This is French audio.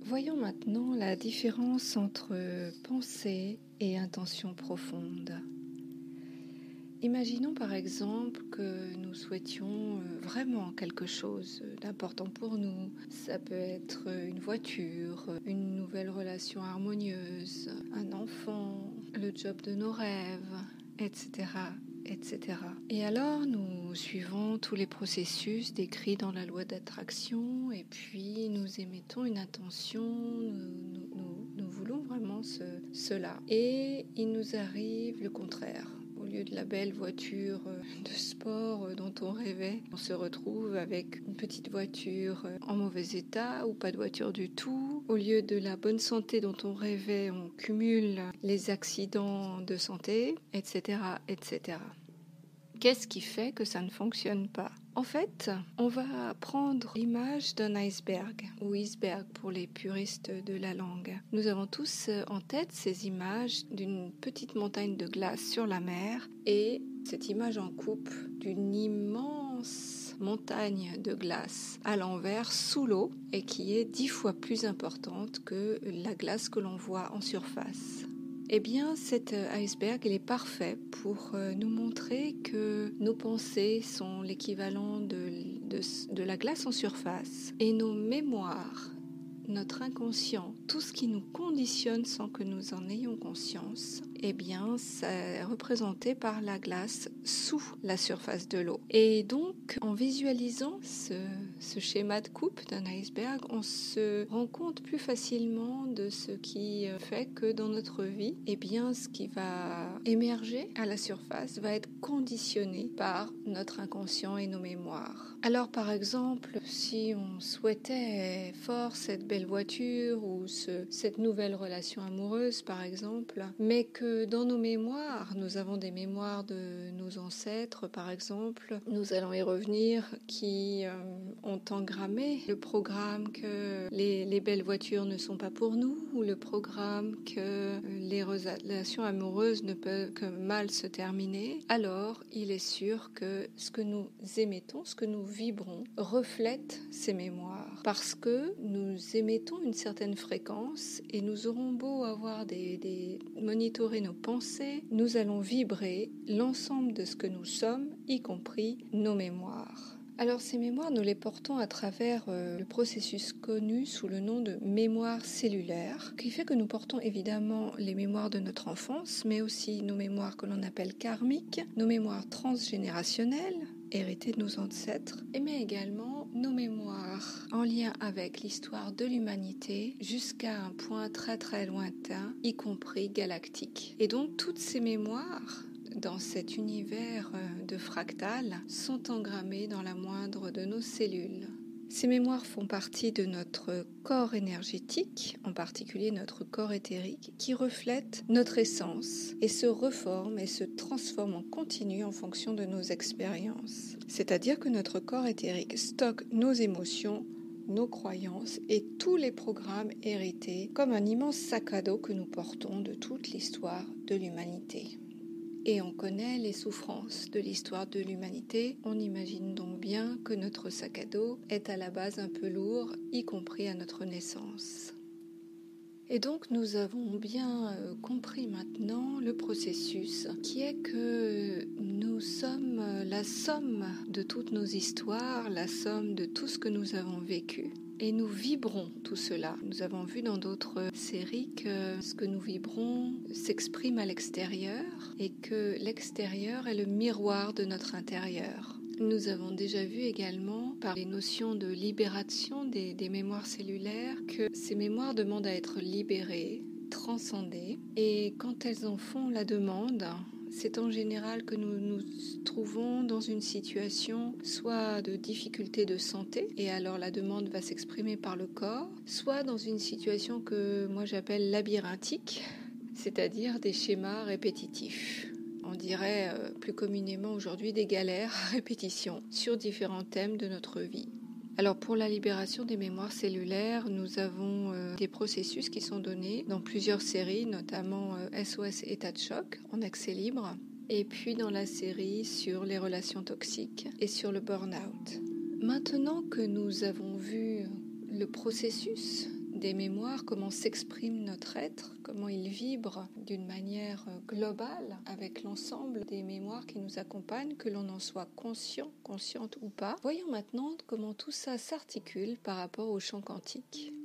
Voyons maintenant la différence entre pensée et intention profonde. Imaginons par exemple que nous souhaitions vraiment quelque chose d'important pour nous. Ça peut être une voiture, une nouvelle relation harmonieuse, un enfant, le job de nos rêves, etc. etc. Et alors nous suivons tous les processus décrits dans la loi d'attraction et puis nous émettons une intention, nous voulons vraiment cela. Et il nous arrive le contraire. Au lieu de la belle voiture de sport dont on rêvait, on se retrouve avec une petite voiture en mauvais état ou pas de voiture du tout. Au lieu de la bonne santé dont on rêvait, on cumule les accidents de santé, etc., etc. Qu'est-ce qui fait que ça ne fonctionne pas ? En fait, on va prendre l'image d'un iceberg, ou iceberg pour les puristes de la langue. Nous avons tous en tête ces images d'une petite montagne de glace sur la mer et cette image en coupe d'une immense montagne de glace à l'envers sous l'eau et qui est 10 fois plus importante que la glace que l'on voit en surface. Eh bien, cet iceberg, il est parfait pour nous montrer que nos pensées sont l'équivalent de la glace en surface et nos mémoires, notre inconscient, tout ce qui nous conditionne sans que nous en ayons conscience, eh bien, c'est représenté par la glace sous la surface de l'eau. Et donc, en visualisant ce schéma de coupe d'un iceberg, on se rend compte plus facilement de ce qui fait que dans notre vie, eh bien, ce qui va émerger à la surface va être conditionné par notre inconscient et nos mémoires. Alors, par exemple, si on souhaitait fort cette belle voiture ou cette nouvelle relation amoureuse, par exemple, mais que dans nos mémoires, nous avons des mémoires de nos ancêtres, par exemple, nous allons y revenir, qui ont engrammé le programme que les belles voitures ne sont pas pour nous, ou le programme que les relations amoureuses ne peuvent que mal se terminer, alors il est sûr que ce que nous émettons, ce que nous vibrons, reflète ces mémoires, parce que nous émettons une certaine fréquence et nous aurons beau avoir monitorer nos pensées, nous allons vibrer l'ensemble de ce que nous sommes, y compris nos mémoires. Alors ces mémoires, nous les portons à travers le processus connu sous le nom de mémoire cellulaire, qui fait que nous portons évidemment les mémoires de notre enfance, mais aussi nos mémoires que l'on appelle karmiques, nos mémoires transgénérationnelles, héritées de nos ancêtres, mais également nos mémoires en lien avec l'histoire de l'humanité jusqu'à un point très très lointain, y compris galactique. Et donc toutes ces mémoires dans cet univers de fractal sont engrammées dans la moindre de nos cellules. Ces mémoires font partie de notre corps énergétique, en particulier notre corps éthérique, qui reflète notre essence et se reforme et se transforme en continu en fonction de nos expériences. C'est-à-dire que notre corps éthérique stocke nos émotions, nos croyances et tous les programmes hérités comme un immense sac à dos que nous portons de toute l'histoire de l'humanité. Et on connaît les souffrances de l'histoire de l'humanité. On imagine donc bien que notre sac à dos est à la base un peu lourd, y compris à notre naissance. Et donc nous avons bien compris maintenant le processus qui est que nous sommes la somme de toutes nos histoires, la somme de tout ce que nous avons vécu. Et nous vibrons tout cela. Nous avons vu dans d'autres séries que ce que nous vibrons s'exprime à l'extérieur et que l'extérieur est le miroir de notre intérieur. Nous avons déjà vu également, par les notions de libération des mémoires cellulaires, que ces mémoires demandent à être libérées, transcendées, et quand elles en font la demande, c'est en général que nous nous trouvons dans une situation soit de difficulté de santé, et alors la demande va s'exprimer par le corps, soit dans une situation que moi j'appelle labyrinthique, c'est-à-dire des schémas répétitifs. On dirait plus communément aujourd'hui des galères à répétition sur différents thèmes de notre vie. Alors pour la libération des mémoires cellulaires, nous avons des processus qui sont donnés dans plusieurs séries, notamment SOS État de choc en accès libre, et puis dans la série sur les relations toxiques et sur le burn-out. Maintenant que nous avons vu le processus des mémoires, comment s'exprime notre être, comment il vibre d'une manière globale avec l'ensemble des mémoires qui nous accompagnent, que l'on en soit conscient, consciente ou pas. Voyons maintenant comment tout ça s'articule par rapport au champ quantique.